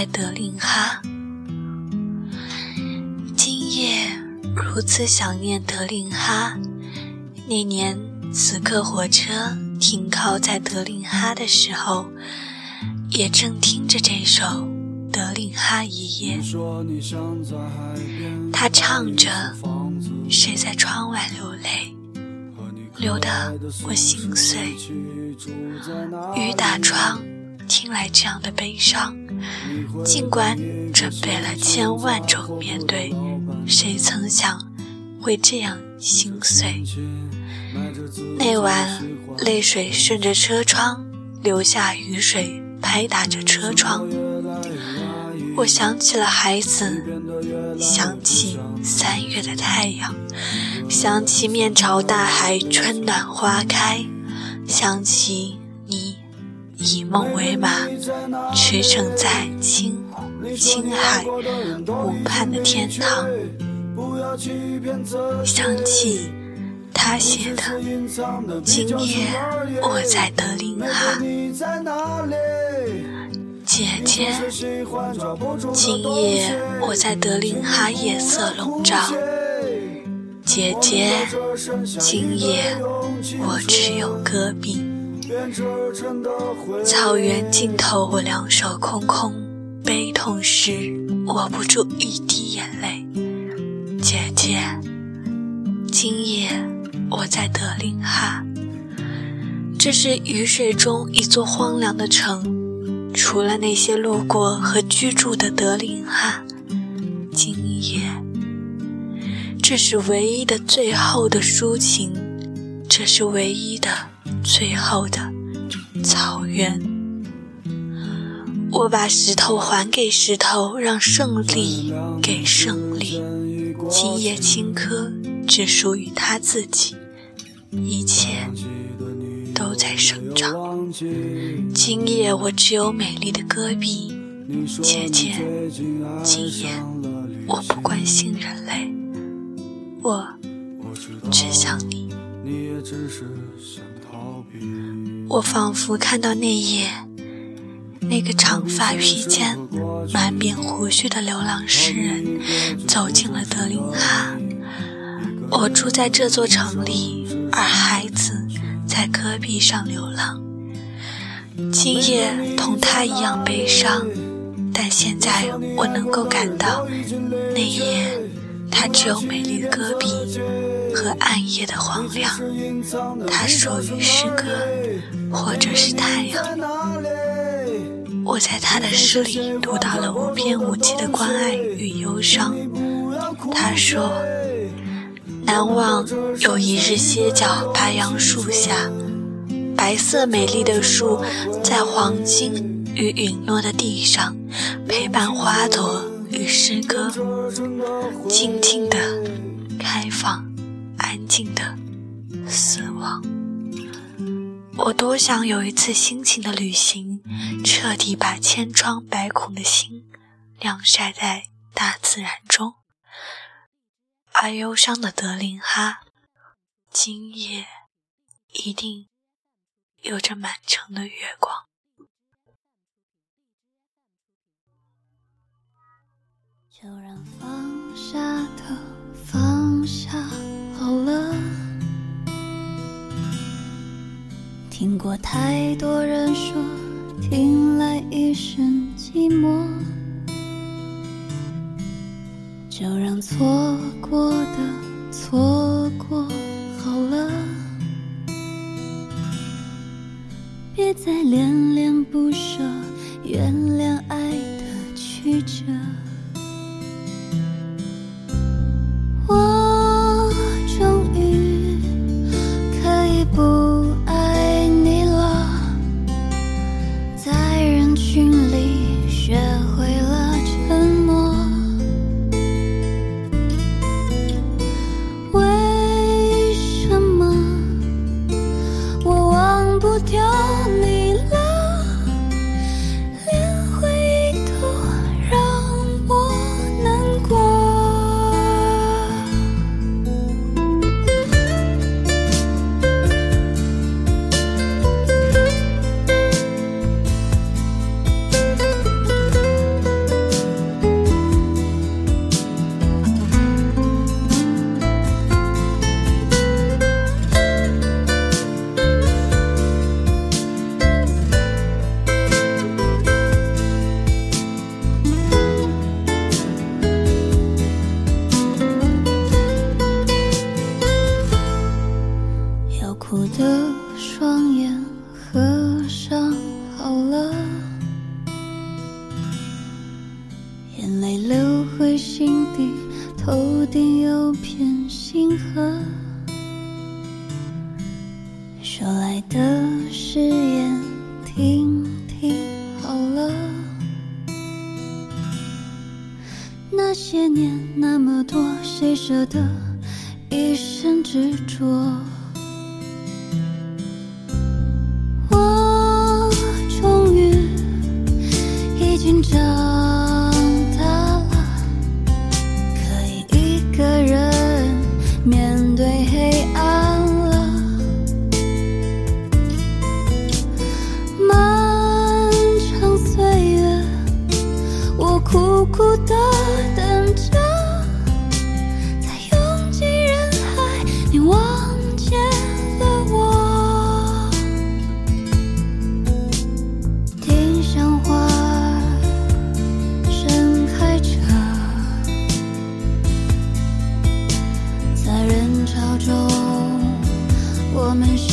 德令哈。今夜如此想念德令哈，那年此刻火车停靠在德令哈的时候，也正听着这首德令哈一夜。他唱着，谁在窗外流泪，流得我心碎。雨打窗，听来这样的悲伤，尽管准备了千万种面对，谁曾想会这样心碎。那晚泪水顺着车窗流下，雨水拍打着车窗，我想起了孩子，想起3月的太阳，想起面朝大海，春暖花开，想起你以梦为马，驰骋在青海湖畔的天堂，想起他写的今夜我在德令哈。姐姐，今夜我在德令哈，夜色笼罩。姐姐，今夜我只有戈壁。草原尽头，我两手空空，悲痛时握不住一滴眼泪。姐姐，今夜我在德令哈。这是雨水中一座荒凉的城，除了那些路过和居住的德令哈，今夜这是唯一的最后的抒情，这是唯一的最后的草原。我把石头还给石头，让胜利给胜利。今夜青稞只属于他自己，一切都在生长。今夜我只有美丽的戈壁。姐姐，今夜我不关心人类，我只想你。我仿佛看到那夜那个长发披肩满面胡须的流浪诗人走进了德令哈。我住在这座城里，而孩子在戈壁上流浪。今夜同他一样悲伤，但现在我能够感到那夜它只有美丽的戈壁和暗夜的荒凉，它属于诗歌或者是太阳。我在他的诗里读到了无边无际的关爱与忧伤。他说，难忘有一日歇脚白杨树下，白色美丽的树在黄金与陨落的地上陪伴花朵与诗歌，静静的开放，安静的死亡。我多想有一次心情的旅行，彻底把千疮百孔的心晾晒在大自然中。而忧伤的德令哈，今夜一定有着满城的月光。 就让放下的放下好了，听过太多人说听来一身寂寞，就让错过的错过好了，别再恋恋不舍，原谅爱的曲折。我终于可以不爱你了，在人群里学会了沉默。为什么我忘不掉你了，连回忆都让心底头顶有片星河，说来的誓言听听好了。那些年那么多，谁舍得一生执着？我终于已经长大了，可以一个人面对黑暗了。漫长岁月，我苦苦地等着，在拥挤人海，你望见了我。丁香花盛开着，在人潮中，我们